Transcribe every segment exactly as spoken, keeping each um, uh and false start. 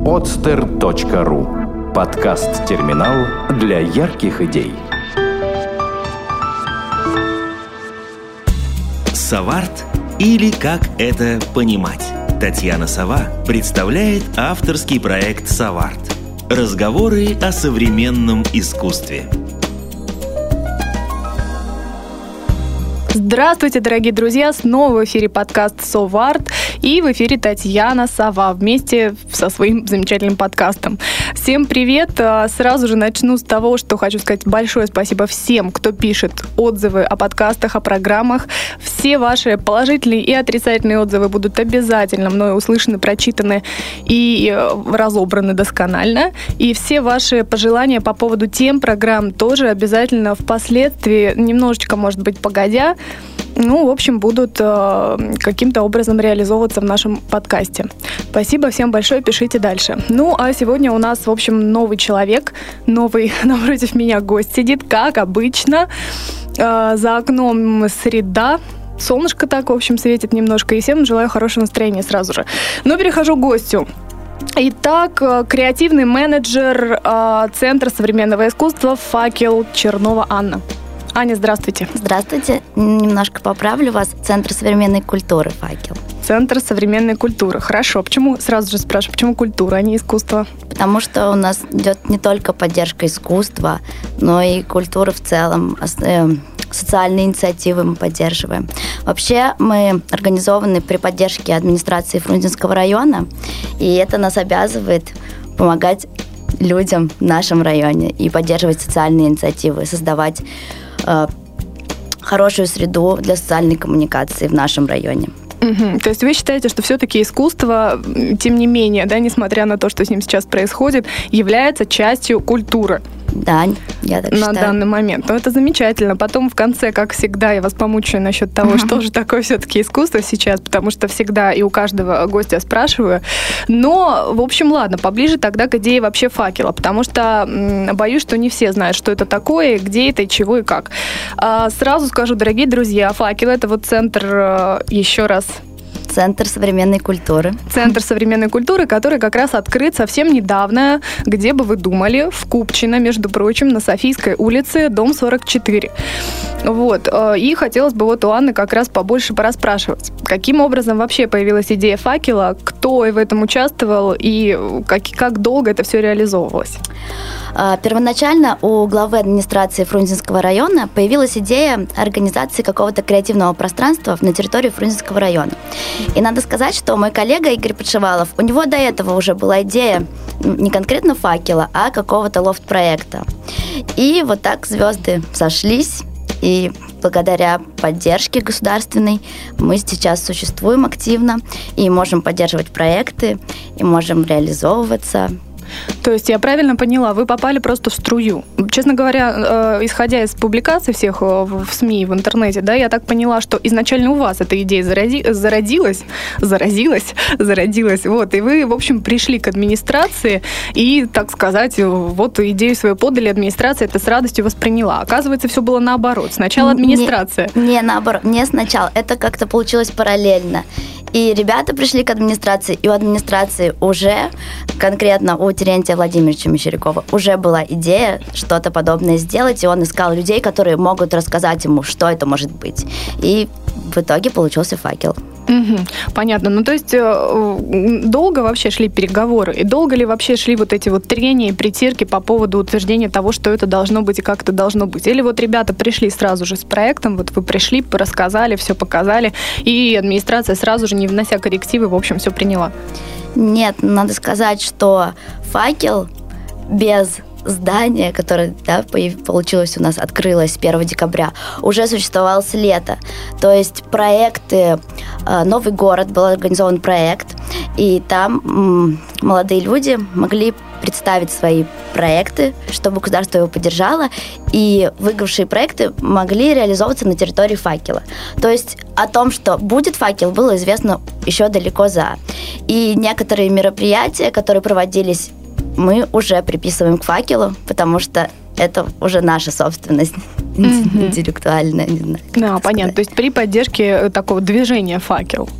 подстер точка ру. Подкаст-терминал для ярких идей. Саварт или как это понимать? Татьяна Сова представляет авторский проект «Саварт». Разговоры о современном искусстве. Здравствуйте, дорогие друзья! Снова в эфире подкаст «Соварт» и в эфире Татьяна Сова вместе со своим замечательным подкастом. Всем привет! Сразу же начну с того, что хочу сказать большое спасибо всем, кто пишет отзывы о подкастах, о программах. Все ваши положительные и отрицательные отзывы будут обязательно мною услышаны, прочитаны и разобраны досконально. И все ваши пожелания по поводу тем программ тоже обязательно впоследствии, немножечко, может быть, погодя, ну, в общем, будут э, каким-то образом реализовываться в нашем подкасте. Спасибо всем большое, пишите дальше. Ну, а сегодня у нас, в общем, новый человек, новый напротив меня гость сидит, как обычно. Э, за окном среда, солнышко так, в общем, светит немножко, и всем желаю хорошего настроения сразу же. Но перехожу к гостю. Итак, креативный менеджер э, Центра современного искусства «Факел» Чернова Анна. Аня, здравствуйте. Здравствуйте. Немножко поправлю вас. Центр современной культуры «Факел». Центр современной культуры. Хорошо. Почему, сразу же спрашиваю, почему культура, а не искусство? Потому что у нас идет не только поддержка искусства, но и культуры в целом. Социальные инициативы мы поддерживаем. Вообще мы организованы при поддержке администрации Фрунзенского района, и это нас обязывает помогать людям в нашем районе и поддерживать социальные инициативы, создавать э, хорошую среду для социальной коммуникации в нашем районе. Угу. То есть вы считаете, что все-таки искусство, тем не менее, да, несмотря на то, что с ним сейчас происходит, является частью культуры? Да, я так на считаю. На данный момент. Ну, это замечательно. Потом в конце, как всегда, я вас помучаю насчет того, что же такое все-таки искусство сейчас, потому что всегда и у каждого гостя спрашиваю. Но, в общем, ладно, поближе тогда к идее вообще «Факела», потому что м, боюсь, что не все знают, что это такое, где это, и чего, и как. А, сразу скажу, дорогие друзья, «Факел» — это вот центр, еще раз, Центр современной культуры. Центр современной культуры, который как раз открыт совсем недавно, где бы вы думали, в Купчино, между прочим, на Софийской улице, дом сорок четыре. Вот. И хотелось бы вот у Анны как раз побольше порасспрашивать, каким образом вообще появилась идея «Факела», кто в этом участвовал и как, как долго это все реализовывалось? Первоначально у главы администрации Фрунзенского района появилась идея организации какого-то креативного пространства на территории Фрунзенского района. И надо сказать, что мой коллега Игорь Подшивалов, у него до этого уже была идея не конкретно «Факела», а какого-то лофт-проекта. И вот так звезды сошлись, и благодаря поддержке государственной мы сейчас существуем активно и можем поддерживать проекты, и можем реализовываться. То есть я правильно поняла, вы попали просто в струю. Честно говоря, э, исходя из публикаций всех в СМИ, в интернете, да, я так поняла, что изначально у вас эта идея зарази, зародилась, заразилась, зародилась, вот, и вы, в общем, пришли к администрации и, так сказать, вот идею свою подали, администрация это с радостью восприняла. Оказывается, все было наоборот. Сначала администрация. Не, не наоборот, не сначала. Это как-то получилось параллельно. И ребята пришли к администрации, и у администрации уже, конкретно у Терентия Владимировича Мещерякова, уже была идея что-то подобное сделать, и он искал людей, которые могут рассказать ему, что это может быть. И в итоге получился «Факел». Угу, понятно. Ну, то есть долго вообще шли переговоры? И долго ли вообще шли вот эти вот трения и притирки по поводу утверждения того, что это должно быть и как это должно быть? Или вот ребята пришли сразу же с проектом, вот вы пришли, рассказали, все показали, и администрация сразу же, не внося коррективы, в общем, все приняла? Нет, надо сказать, что «Факел» без здание, которое, да, получилось у нас, открылось первого декабря, уже существовало с лета. То есть проекты, Новый город, был организован проект, и там м, молодые люди могли представить свои проекты, чтобы государство его поддержало, и выигравшие проекты могли реализовываться на территории «Факела». То есть о том, что будет «Факел», было известно еще далеко за. И некоторые мероприятия, которые проводились, мы уже приписываем к «Факелу», потому что это уже наша собственность mm-hmm. интеллектуальная, не знаю. Да, понятно. То есть при поддержке такого движения «Факел».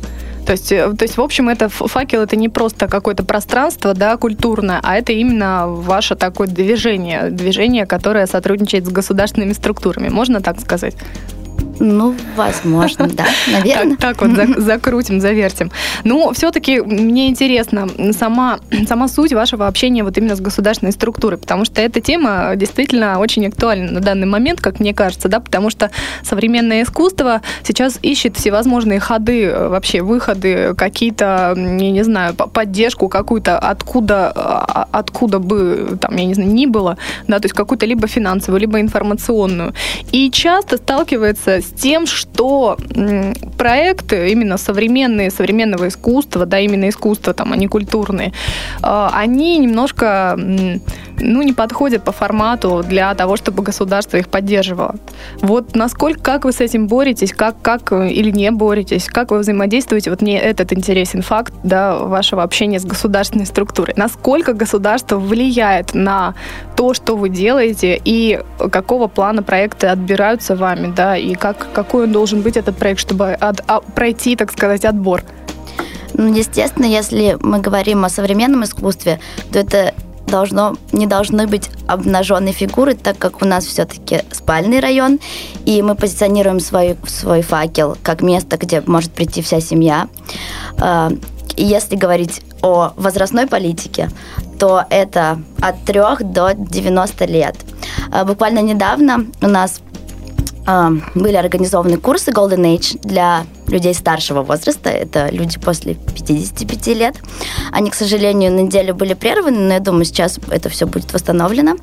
То есть, то есть, в общем, это факел, это не просто какое-то пространство, да, культурное, а это именно ваше такое движение, движение, которое сотрудничает с государственными структурами. Можно так сказать? Ну, возможно, да, наверное. Так, так вот закрутим, завертим. Ну, все-таки мне интересно сама, сама суть вашего общения вот именно с государственной структурой, потому что эта тема действительно очень актуальна на данный момент, как мне кажется, да, потому что современное искусство сейчас ищет всевозможные ходы, вообще выходы, какие-то, я не знаю, поддержку какую-то, откуда, откуда бы, там, я не знаю, ни было, да, то есть какую-то либо финансовую, либо информационную. И часто сталкивается с тем, что проекты именно современные, современного искусства, да, именно искусства, там, а не культурные, они немножко, ну, не подходят по формату для того, чтобы государство их поддерживало. Вот насколько, как вы с этим боретесь, как, как или не боретесь, как вы взаимодействуете? Вот мне этот интересен факт, да, вашего общения с государственной структурой. Насколько государство влияет на то, что вы делаете, и какого плана проекты отбираются вами, да, и как Как, какой он должен быть, этот проект, чтобы от, а, пройти, так сказать, отбор? Ну, естественно, если мы говорим о современном искусстве, то это должно, не должны быть обнаженные фигуры, так как у нас все-таки спальный район, и мы позиционируем свой, свой факел как место, где может прийти вся семья. И если говорить о возрастной политике, то это от трёх до девяноста лет. Буквально недавно у нас были организованы курсы Golden Age для людей старшего возраста. Это люди после пятидесяти пяти лет. Они, к сожалению, на неделю были прерваны, но я думаю, сейчас это все будет восстановлено.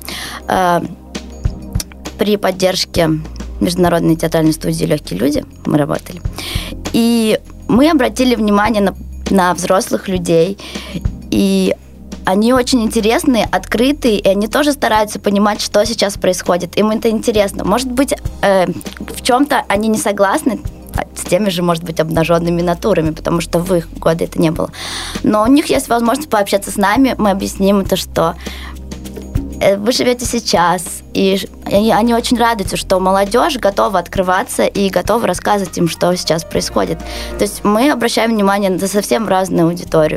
При поддержке Международной театральной студии «Легкие люди» мы работали. И мы обратили внимание на, на взрослых людей. И они очень интересные, открытые, и они тоже стараются понимать, что сейчас происходит. Им это интересно. Может быть, э, в чем-то они не согласны с теми же, может быть, обнаженными натурами, потому что в их годы это не было. Но у них есть возможность пообщаться с нами, мы объясним это, что вы живете сейчас, и они очень радуются, что молодежь готова открываться и готова рассказывать им, что сейчас происходит. То есть мы обращаем внимание на совсем разную аудиторию.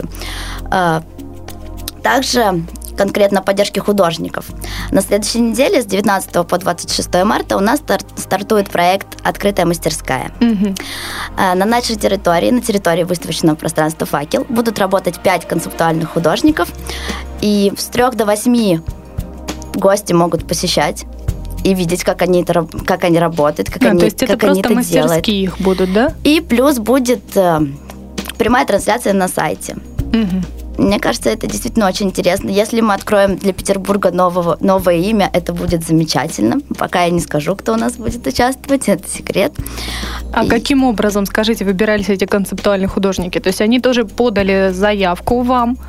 Также конкретно поддержки художников. На следующей неделе с девятнадцатого по двадцать шестое марта у нас стартует проект «Открытая мастерская». Mm-hmm. На нашей территории, на территории выставочного пространства «Факел» будут работать пять концептуальных художников, и с трех до восьми гости могут посещать и видеть, как они, это, как они работают, как а, они, то есть это как просто они это мастерские делают. Их будут, да? И плюс будет э, прямая трансляция на сайте. Mm-hmm. Мне кажется, это действительно очень интересно. Если мы откроем для Петербурга нового, новое имя, это будет замечательно. Пока я не скажу, кто у нас будет участвовать, это секрет. А и... каким образом, скажите, выбирались эти концептуальные художники? То есть они тоже подали заявку вам?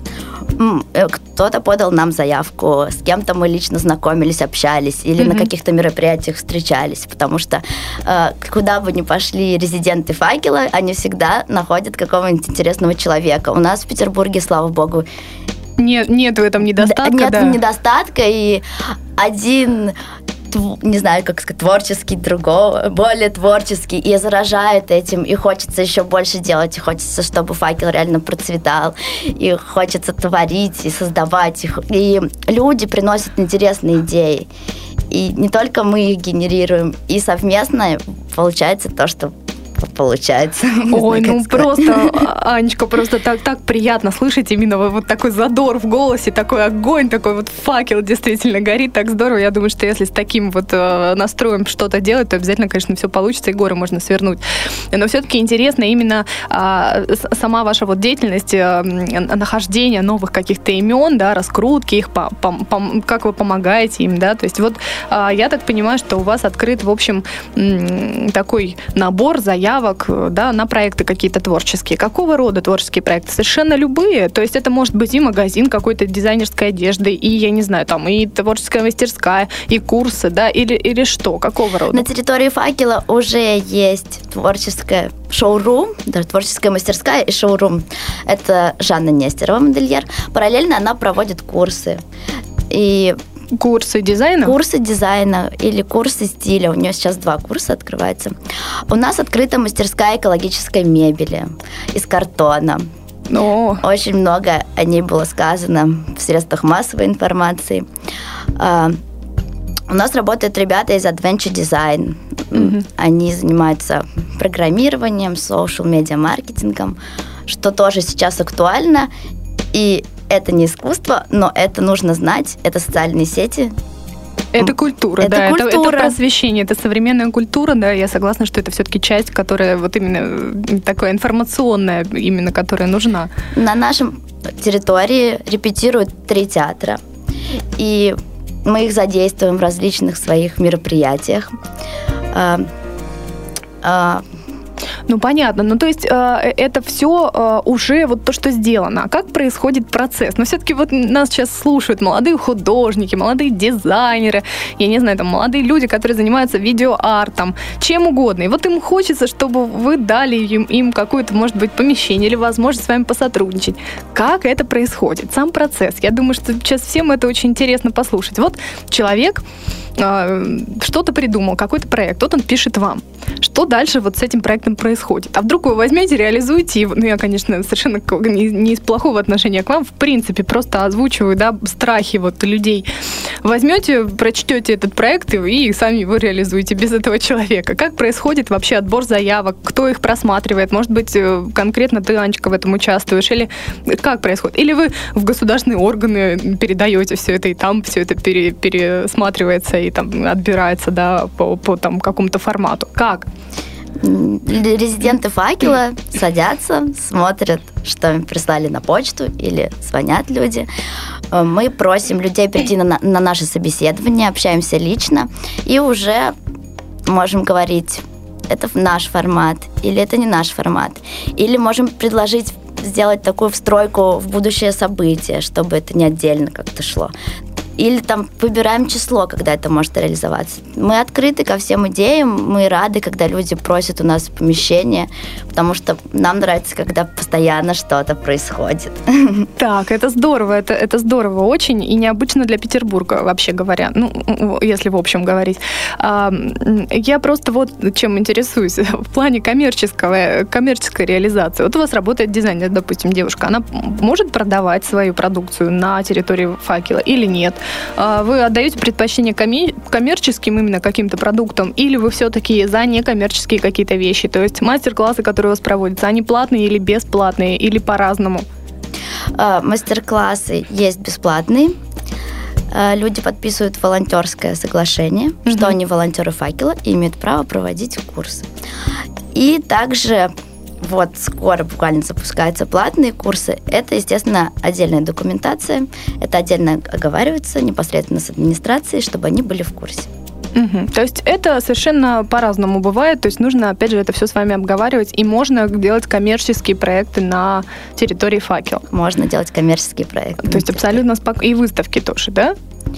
Кто-то подал нам заявку, с кем-то мы лично знакомились, общались или mm-hmm. на каких-то мероприятиях встречались, потому что э, куда бы ни пошли резиденты «Факела», они всегда находят какого-нибудь интересного человека. У нас в Петербурге, слава богу, нет, нет в этом недостатка. Нет да. недостатка, и один... не знаю, как сказать, творческий, другого, более творческий, и заражает этим, и хочется еще больше делать, и хочется, чтобы «Факел» реально процветал, и хочется творить, и создавать их. И люди приносят интересные идеи. И не только мы их генерируем, и совместно получается то, что получается. Ой, знаю, ну просто, Анечка, просто так, так приятно слышать именно вот, вот такой задор в голосе, такой огонь, такой вот факел действительно горит, так здорово. Я думаю, что если с таким вот э, настроем что-то делать, то обязательно, конечно, все получится, и горы можно свернуть. Но все-таки интересно именно э, сама ваша вот деятельность, э, нахождение новых каких-то имен, да, раскрутки их, по, по, по, как вы помогаете им, да, то есть вот э, я так понимаю, что у вас открыт, в общем, э, такой набор заявок, да, на проекты какие-то творческие. Какого рода творческие проекты? Совершенно любые. То есть это может быть и магазин какой-то дизайнерской одежды, и, я не знаю, там, и творческая мастерская, и курсы, да, или, или что? Какого рода? На территории «Факела» уже есть творческая шоурум, даже творческая мастерская и шоурум. Это Жанна Нестерова, модельер. Параллельно она проводит курсы. И Курсы дизайна? Курсы дизайна или курсы стиля. У нее сейчас два курса открывается. У нас открыта мастерская экологической мебели из картона. О. Очень много о ней было сказано в средствах массовой информации. У нас работают ребята из Adventure Design. Mm-hmm. Они занимаются программированием, соушал-медиа-маркетингом, что тоже сейчас актуально. И это не искусство, но это нужно знать. Это социальные сети. Это культура, это да. Культура. Это, это просвещение, это современная культура, да. Я согласна, что это все-таки часть, которая вот именно такая информационная, именно которая нужна. На нашем территории репетируют три театра. И мы их задействуем в различных своих мероприятиях. А, а, Ну, понятно. Ну, то есть э, это все э, уже вот то, что сделано. А как происходит процесс? Но все-таки вот нас сейчас слушают молодые художники, молодые дизайнеры, я не знаю, там, молодые люди, которые занимаются видеоартом, чем угодно. И вот им хочется, чтобы вы дали им, им какое-то, может быть, помещение или возможность с вами посотрудничать. Как это происходит? Сам процесс. Я думаю, что сейчас всем это очень интересно послушать. Вот человек э, что-то придумал, какой-то проект, вот он пишет вам. Что дальше вот с этим проектом происходит? А вдруг вы возьмете, реализуете его? Ну, я, конечно, совершенно не, не из плохого отношения к вам, в принципе, просто озвучиваю, да, страхи вот людей. Возьмете, прочтете этот проект и, и сами его реализуете без этого человека. Как происходит вообще отбор заявок? Кто их просматривает? Может быть, конкретно ты, Анечка, в этом участвуешь? Или как происходит? Или вы в государственные органы передаете все это, и там все это пере, пересматривается и там отбирается, да, по, по там, какому-то формату? Как? Резиденты «Факела» садятся, смотрят, что им прислали на почту, или звонят люди. Мы просим людей прийти на, на наше собеседование, общаемся лично, и уже можем говорить, это наш формат, или это не наш формат. Или можем предложить сделать такую встройку в будущее событие, чтобы это не отдельно как-то шло. Или там выбираем число, когда это может реализоваться. Мы открыты ко всем идеям, мы рады, когда люди просят у нас помещение, потому что нам нравится, когда постоянно что-то происходит. Так, это здорово, это, это здорово очень и необычно для Петербурга, вообще говоря, ну, если в общем говорить. Я просто вот чем интересуюсь в плане коммерческого, коммерческой реализации. Вот у вас работает дизайнер, допустим, девушка, она может продавать свою продукцию на территории «Факела» или нет? Вы отдаете предпочтение коммерческим именно каким-то продуктам, или вы все-таки за некоммерческие какие-то вещи? То есть мастер-классы, которые у вас проводятся, они платные или бесплатные, или по-разному? Мастер-классы есть бесплатные. Люди подписывают волонтерское соглашение, mm-hmm. что они волонтеры «Факела» и имеют право проводить курсы. И также вот скоро буквально запускаются платные курсы. Это, естественно, отдельная документация. Это отдельно оговаривается непосредственно с администрацией, чтобы они были в курсе. Угу. То есть это совершенно по-разному бывает. То есть нужно, опять же, это все с вами обговаривать. И можно делать коммерческие проекты на территории «Факел». Можно делать коммерческие проекты. То есть абсолютно спокойно. И выставки тоже, да?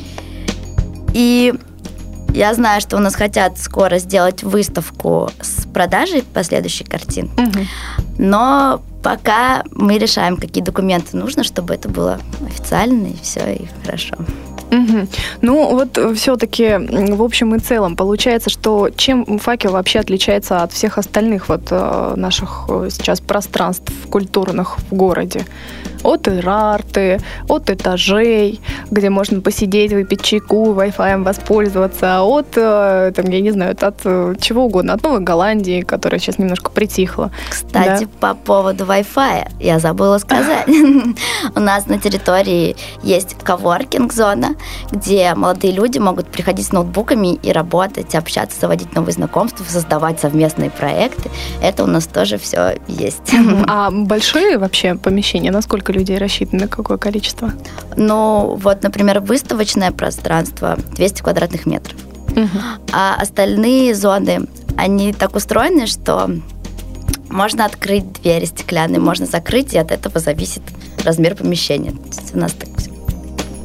И я знаю, что у нас хотят скоро сделать выставку с продажей последующих картин. Угу. Но пока мы решаем, какие документы нужно, чтобы это было официально и все, и хорошо. Угу. Ну, вот все-таки, в общем и целом, получается, что чем «Факел» вообще отличается от всех остальных вот наших сейчас пространств культурных в городе? От ир-арты, от этажей, где можно посидеть, выпить чайку, Wi-Fi воспользоваться, от, там, я не знаю, от чего угодно, от Новой Голландии, которая сейчас немножко притихла. Кстати, да? По поводу Wi-Fi я забыла сказать. У нас на территории есть коворкинг-зона, где молодые люди могут приходить с ноутбуками и работать, общаться, заводить новые знакомства, создавать совместные проекты. Это у нас тоже все есть. А большие вообще помещения, насколько людей рассчитаны, на какое количество? Ну, вот, например, выставочное пространство двести квадратных метров. Угу. А остальные зоны, они так устроены, что можно открыть двери стеклянные, можно закрыть, и от этого зависит размер помещения. То есть у нас так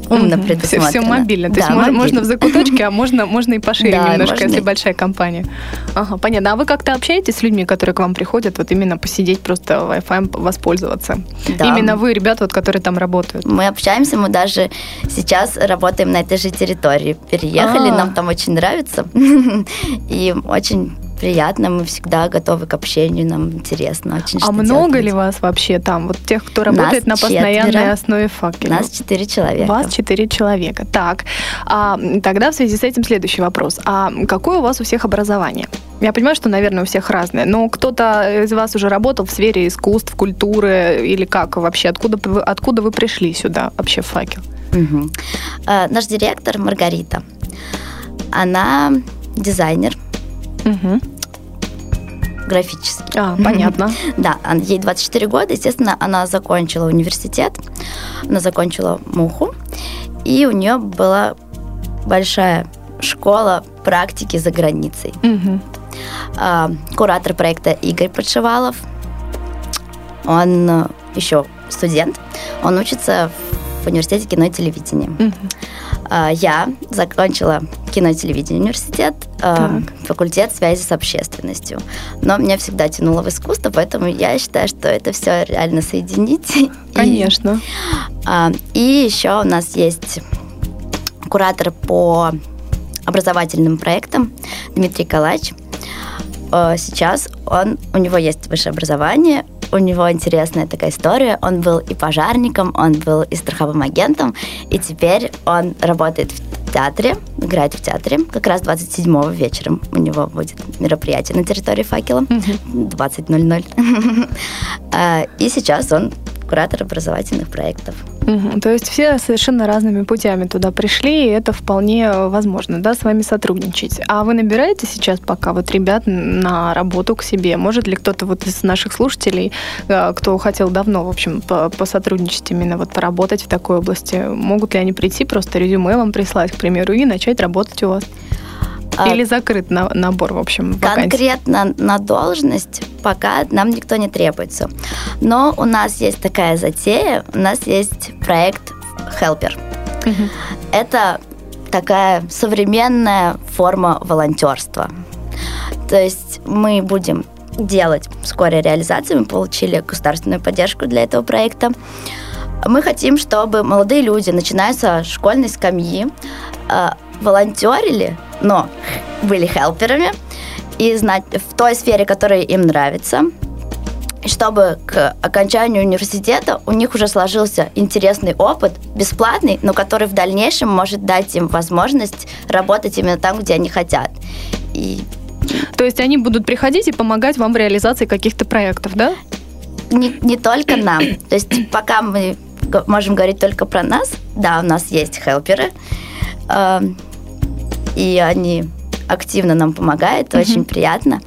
умно Угу. предусмотрено. Все, все мобильно. То Да, есть можно, мобильно. можно в закуточке, а можно, можно и пошире Да, немножко, можно. если большая компания. Ага, понятно. А вы как-то общаетесь с людьми, которые к вам приходят, вот именно посидеть, просто Wi-Fi воспользоваться? Да. Именно вы, ребята, вот, которые там работают. Мы общаемся, мы даже сейчас работаем на этой же территории. Переехали, А. нам там очень нравится. И очень приятно, мы всегда готовы к общению, нам интересно очень. А что много делать ли людям. вас вообще там, вот тех, кто Нас работает на постоянной четверо. основе факела? Нас четыре человека. Вас четыре человека. Так, а, тогда в связи с этим следующий вопрос. А какое у вас у всех образование? Я понимаю, что, наверное, у всех разное, но кто-то из вас уже работал в сфере искусств, культуры или как вообще? Откуда вы, откуда вы пришли сюда вообще в факел? Угу. А, наш директор Маргарита, она дизайнер Угу. графический. А, понятно. Да, он- ей двадцать четыре года, естественно, она закончила университет, она закончила МУХу, и у нее была большая школа практики за границей. Мгм. А, Куратор проекта Игорь Подшивалов, он э, еще студент, он учится в университете кино и телевидения. Мгм. А, Я закончила кино и телевидение университет, а, факультет связи с общественностью. Но меня всегда тянуло в искусство, поэтому я считаю, что это все реально соединить. И, Конечно. а, И еще у нас есть куратор по образовательным проектам Дмитрий Калач. А, Сейчас он, у него есть высшее образование, у него интересная такая история. Он был и пожарником, он был и страховым агентом, и теперь он работает в театре, играет в театре. Как раз двадцать седьмого вечером у него будет мероприятие на территории «Факела» двадцать ноль ноль. А, И сейчас он куратор образовательных проектов. Мгм. То есть все совершенно разными путями туда пришли, и это вполне возможно, да, с вами сотрудничать. А вы набираете сейчас пока вот ребят на работу к себе? Может ли кто-то вот из наших слушателей, э, кто хотел давно, в общем, по- посотрудничать именно вот поработать в такой области, могут ли они прийти, просто резюме вам прислать, к примеру, и начать работать у вас? А Или закрыт на- набор, в общем, вакансий? Конкретно на должность пока нам никто не требуется. Но у нас есть такая затея, у нас есть проект Helper. Мгм. Это такая современная форма волонтерства. То есть мы будем делать вскоре реализацию, мы получили государственную поддержку для этого проекта. Мы хотим, чтобы молодые люди, начиная со школьной скамьи, э, волонтерили, но были хелперами и знать в той сфере, которая им нравится, и чтобы к окончанию университета у них уже сложился интересный опыт, бесплатный, но который в дальнейшем может дать им возможность работать именно там, где они хотят. И То есть они будут приходить и помогать вам в реализации каких-то проектов, да? не, не только нам. То есть пока мы г- можем говорить только про нас, да, у нас есть хелперы, э, и они активно нам помогают, Мгм. очень приятно.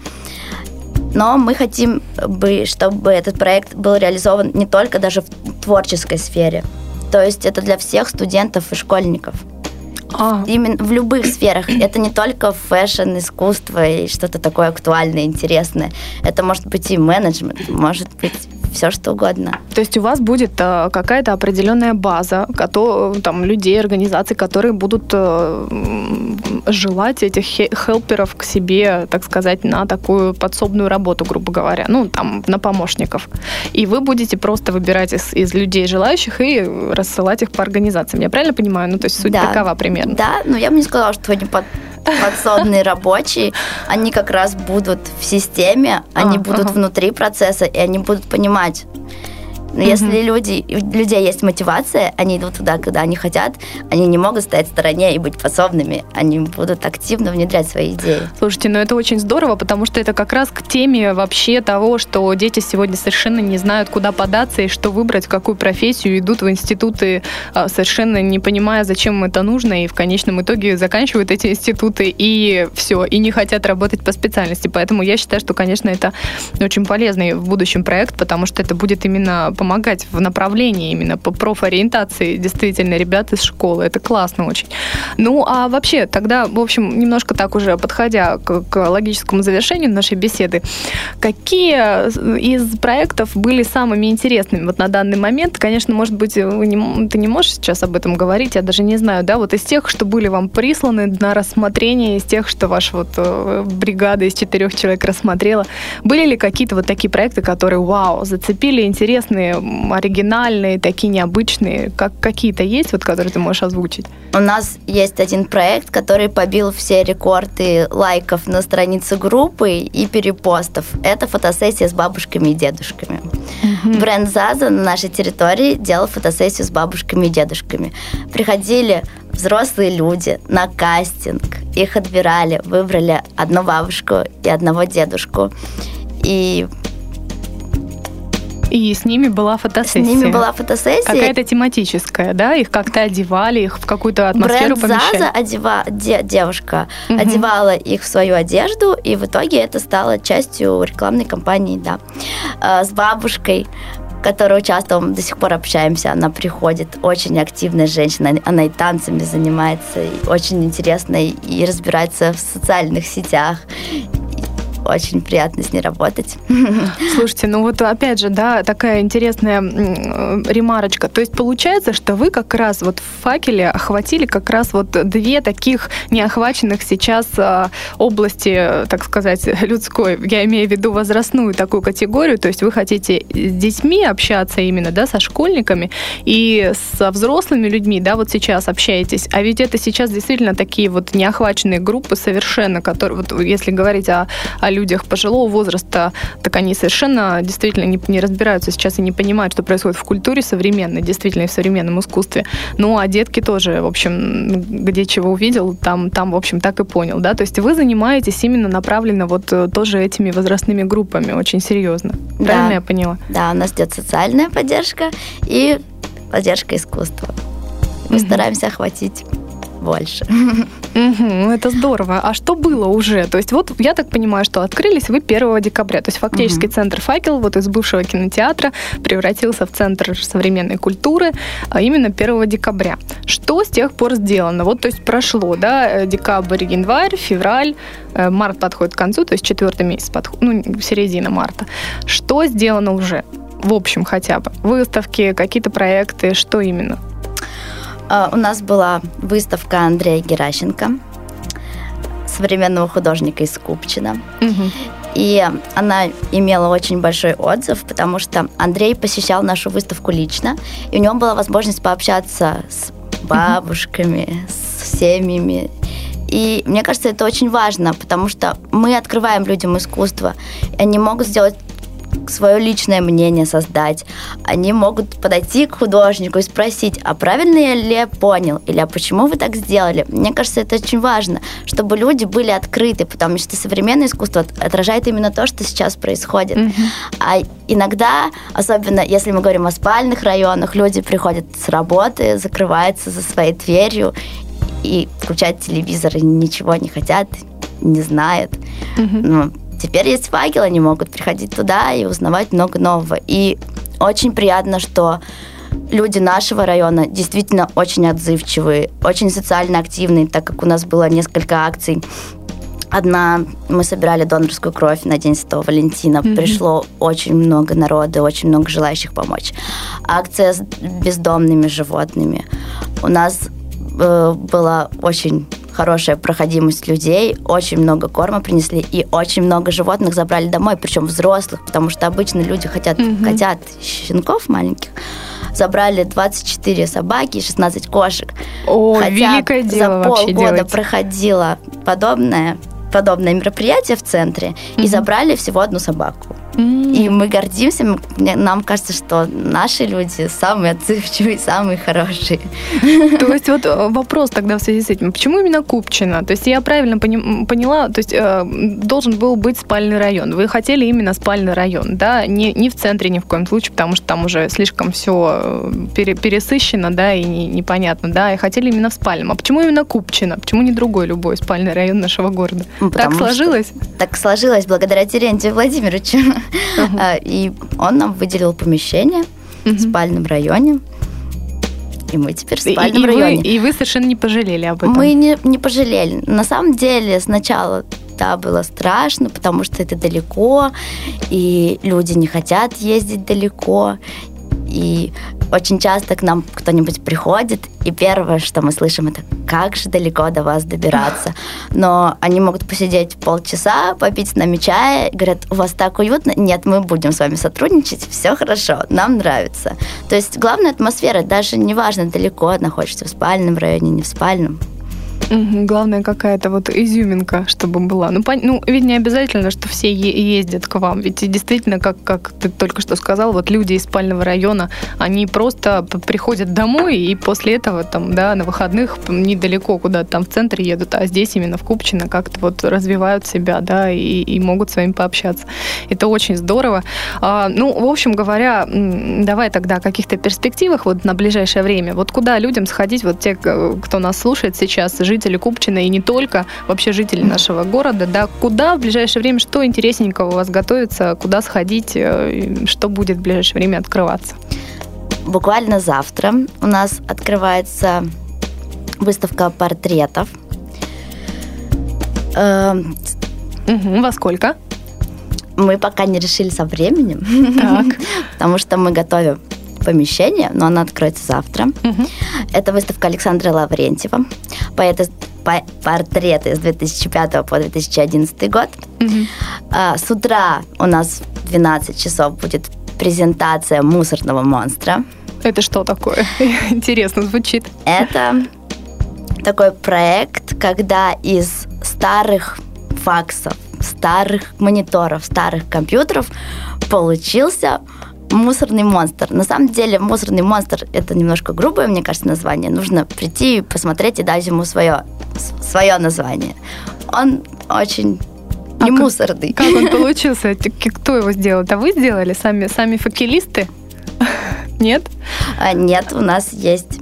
Но мы хотим, бы, чтобы этот проект был реализован не только даже в творческой сфере. То есть это для всех студентов и школьников. А, Именно в любых сферах. Это не только фэшн, искусство и что-то такое актуальное, интересное. Это может быть и менеджмент, может быть все что угодно. то есть у вас будет э, какая-то определенная база кото- там, людей, организаций, которые будут э, м, желать этих хе- хелперов к себе, так сказать, на такую подсобную работу, грубо говоря, ну, там, на помощников. И вы будете просто выбирать из, из людей желающих и рассылать их по организациям. Я правильно понимаю? Ну, то есть суть Да. такова примерно. Да, но я бы не сказала, что они под- подсобные рабочие. Они как раз будут в системе, они А, будут ага. внутри процесса, и они будут понимать. Но если люди, у людей есть мотивация, они идут туда, куда они хотят, они не могут стоять в стороне и быть подсобными, они будут активно внедрять свои идеи. Слушайте, ну это очень здорово, потому что это как раз к теме вообще того, что дети сегодня совершенно не знают, куда податься и что выбрать, какую профессию, идут в институты, а, совершенно не понимая, зачем им это нужно, и в конечном итоге заканчивают эти институты и все, и не хотят работать по специальности. Поэтому я считаю, что, конечно, это очень полезный в будущем проект, потому что это будет именно помогать в направлении именно по профориентации действительно ребят из школы. Это классно очень. Ну, а вообще, тогда, в общем, немножко так уже подходя к, к логическому завершению нашей беседы, какие из проектов были самыми интересными вот на данный момент? Конечно, может быть, вы не, ты не можешь сейчас об этом говорить, я даже не знаю, да, вот из тех, что были вам присланы на рассмотрение, из тех, что ваша вот бригада из четырех человек рассмотрела, были ли какие-то вот такие проекты, которые, вау, зацепили, интересные, оригинальные, такие необычные? Как, какие-то есть, вот, которые ты можешь озвучить? У нас есть один проект, который побил все рекорды лайков на странице группы и перепостов. Это фотосессия с бабушками и дедушками. Mm-hmm. Бренд Заза на нашей территории делал фотосессию с бабушками и дедушками. Приходили взрослые люди на кастинг, их отбирали, выбрали одну бабушку и одного дедушку. И И с ними была фотосессия. С ними была фотосессия. Какая-то тематическая, да? Их как-то одевали, их в какую-то атмосферу Бренд помещали. Заза одева... де... девушка угу. одевала их в свою одежду, и в итоге это стало частью рекламной кампании, да. С бабушкой, которая участвовала, мы до сих пор общаемся, она приходит, очень активная женщина, она и танцами занимается, и очень интересная, и разбирается в социальных сетях. Очень приятно с ней работать. Слушайте, ну вот опять же, да, такая интересная ремарочка. То есть получается, что вы как раз вот в «Факеле» охватили как раз вот две таких неохваченных сейчас области, так сказать, людской, я имею в виду возрастную такую категорию, то есть вы хотите с детьми общаться именно, да, со школьниками и со взрослыми людьми, да, вот сейчас общаетесь, а ведь это сейчас действительно такие вот неохваченные группы совершенно, которые, вот если говорить о, о людях пожилого возраста, так они совершенно действительно не, не разбираются сейчас и не понимают, что происходит в культуре современной, действительно, и в современном искусстве. Ну, а детки тоже, в общем, где чего увидел, там, там, в общем, так и понял, да? То есть вы занимаетесь именно направленно вот тоже этими возрастными группами, очень серьезно. Правильно да. я поняла? Да, у нас идет социальная поддержка и поддержка искусства. Мы mm-hmm. стараемся охватить больше. Угу, это здорово. А что было уже? То есть вот я так понимаю, что открылись вы первого декабря. То есть фактически угу. центр «Факел» вот из бывшего кинотеатра превратился в центр современной культуры а именно первого декабря. Что с тех пор сделано? Вот, то есть прошло, да, декабрь, январь, февраль, март подходит к концу, то есть четвертый месяц подходит, ну, середина марта. Что сделано уже? В общем, хотя бы. Выставки, какие-то проекты, что именно? У нас была выставка Андрея Геращенко, современного художника из Купчино. Угу. И она имела очень большой отзыв, потому что Андрей посещал нашу выставку лично, и у него была возможность пообщаться с бабушками, угу. с семьями. И мне кажется, это очень важно, потому что мы открываем людям искусство, и они могут сделать свое личное мнение создать. Они могут подойти к художнику и спросить, а правильно я ли я понял? Или а почему вы так сделали? Мне кажется, это очень важно, чтобы люди были открыты, потому что современное искусство отражает именно то, что сейчас происходит. Mm-hmm. А иногда, особенно если мы говорим о спальных районах, люди приходят с работы, закрываются за своей дверью и включают телевизор, и ничего не хотят, не знают. Mm-hmm. Ну, теперь есть «Факел», они могут приходить туда и узнавать много нового. И очень приятно, что люди нашего района действительно очень отзывчивые, очень социально активные, так как у нас было несколько акций. Одна, мы собирали донорскую кровь на День Святого Валентина. Mm-hmm. Пришло очень много народа, очень много желающих помочь. Акция с бездомными животными. У нас э, была очень хорошая проходимость людей, очень много корма принесли, и очень много животных забрали домой, причем взрослых, потому что обычно люди хотят, mm-hmm. хотят щенков маленьких. Забрали двадцать четыре собаки и шестнадцать кошек. О, Хотя великое дело за полгода делаете. проходило подобное, подобное мероприятие в центре, mm-hmm. и забрали всего одну собаку. Mm-hmm. И мы гордимся, мы, нам кажется, что наши люди самые отзывчивые, самые хорошие. То есть вот вопрос тогда в связи с этим. Почему именно Купчино? То есть я правильно пони- поняла, то есть э, должен был быть спальный район. Вы хотели именно спальный район, да? Не, не в центре ни в коем случае, потому что там уже слишком все пере, пересыщено, да, и не, непонятно, да, и хотели именно в спальном. А почему именно Купчино? Почему не другой любой спальный район нашего города? Ну, так сложилось? Так сложилось благодаря Терентию Владимировичу. Uh-huh. И он нам выделил помещение. угу. в спальном районе. И мы теперь в спальном и, и районе. Вы, и вы совершенно не пожалели об этом? Мы не, не пожалели. На самом деле сначала, да, было страшно, потому что это далеко, и люди не хотят ездить далеко. И очень часто к нам кто-нибудь приходит, и первое, что мы слышим, это «как же далеко до вас добираться?». Но они могут посидеть полчаса, попить с нами чая, и говорят: у вас так уютно? Нет, мы будем с вами сотрудничать, все хорошо, нам нравится. То есть главная атмосфера, даже неважно, далеко находишься, в спальном районе, не в спальном. Угу, главное, какая-то вот изюминка, чтобы была. Ну, пон... ну ведь не обязательно, что все е- ездят к вам. Ведь действительно, как, как ты только что сказал, вот люди из спального района, они просто приходят домой, и после этого там, да, на выходных недалеко куда-то там в центр едут, а здесь именно в Купчино как-то вот развивают себя, да, и, и могут с вами пообщаться. Это очень здорово. А, ну, в общем говоря, давай тогда о каких-то перспективах вот на ближайшее время. Вот куда людям сходить, вот те, кто нас слушает сейчас, жители Купчино и не только, вообще жители нашего города, да, куда в ближайшее время, что интересненького у вас готовится, куда сходить, что будет в ближайшее время открываться? Буквально завтра у нас открывается выставка портретов. Угу, во сколько? Мы пока не решили со временем, так. потому что мы готовим помещение, но она откроется завтра. Угу. Это выставка Александра Лаврентьева. Поэта, по, портреты с две тысячи пятого по две тысячи одиннадцатый год. Угу. А, с утра у нас в двенадцать часов будет презентация мусорного монстра. Это что такое? Интересно звучит. Это такой проект, когда из старых факсов, старых мониторов, старых компьютеров получился мусорный монстр. На самом деле мусорный монстр — это немножко грубое, мне кажется, название. Нужно прийти, посмотреть и дать ему свое, свое название. Он очень а не как, мусорный. Как он получился? Кто его сделал? Это вы сделали? Сами, сами факелисты? Нет? А, нет, у нас есть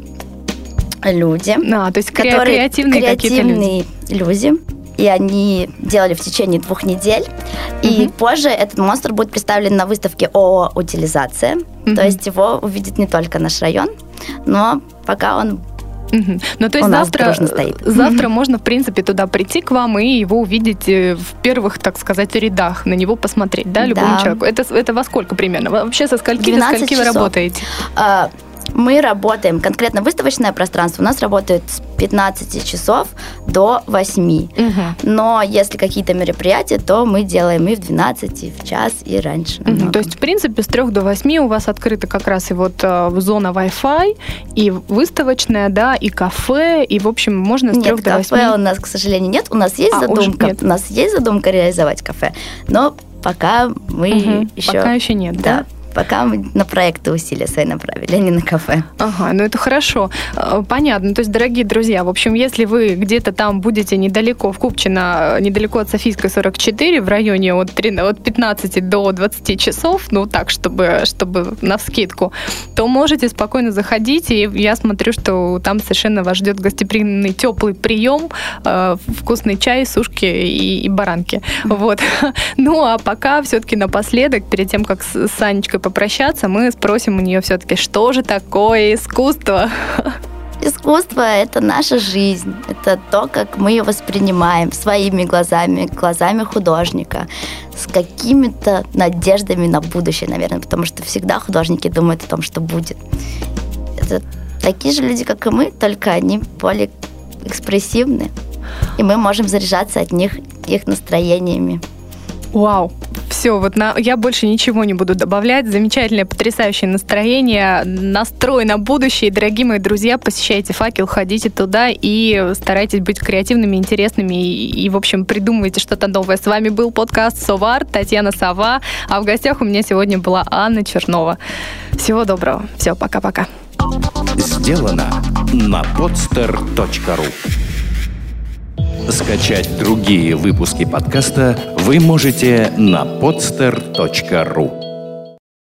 люди, а, то есть которые креативные, креативные люди. И они делали в течение двух недель. И угу. позже этот монстр будет представлен на выставке ООО «Утилизация». Угу. То есть его увидит не только наш район, но пока он угу. Ну, то есть у нас завтра, дружно стоит. Завтра можно, в принципе, туда прийти к вам и его увидеть в первых, так сказать, рядах, на него посмотреть, да, любому да. человеку. Это, это во сколько примерно? Вообще со скольки до скольки вы работаете? А, мы работаем, конкретно выставочное пространство у нас работает с пятнадцати часов до восьми. Угу. Но если какие-то мероприятия, то мы делаем и в двенадцать, и в час, и раньше. Угу. То есть, в принципе, с трех до восьми у вас открыта как раз и вот э, зона Wi-Fi, и выставочная, да, и кафе, и, в общем, можно с трех до восьми. Нет, кафе у нас, к сожалению, нет. У нас есть а, задумка. У нас есть задумка реализовать кафе, но пока мы угу. еще... Пока еще нет, да? да? Пока мы на проекты усилия свои направили, а не на кафе. Ага, ну это хорошо. Понятно. То есть, дорогие друзья, в общем, если вы где-то там будете недалеко, в Купчино, недалеко от Софийской сорок четыре, в районе от, от пятнадцати до двадцати часов, ну так, чтобы, чтобы навскидку, то можете спокойно заходить, и я смотрю, что там совершенно вас ждет гостеприимный теплый прием, э, вкусный чай, сушки и, и баранки. Вот. Ну, а пока все-таки напоследок, перед тем, как с Санечкой попрощаться, мы спросим у нее все-таки, что же такое искусство? Искусство — это наша жизнь, это то, как мы ее воспринимаем своими глазами, глазами художника, с какими-то надеждами на будущее, наверное, потому что всегда художники думают о том, что будет. Это такие же люди, как и мы, только они более экспрессивны, и мы можем заряжаться от них их настроениями. Вау! Все, вот на, я больше ничего не буду добавлять. Замечательное, потрясающее настроение, настрой на будущее. Дорогие мои друзья, посещайте «Факел», ходите туда и старайтесь быть креативными, интересными и, и в общем, придумывайте что-то новое. С вами был подкаст «Соварт», Татьяна Сова, а в гостях у меня сегодня была Анна Чернова. Всего доброго. Все, пока-пока. Сделано на подстер точка ру. Скачать другие выпуски подкаста вы можете на подстер точка ру.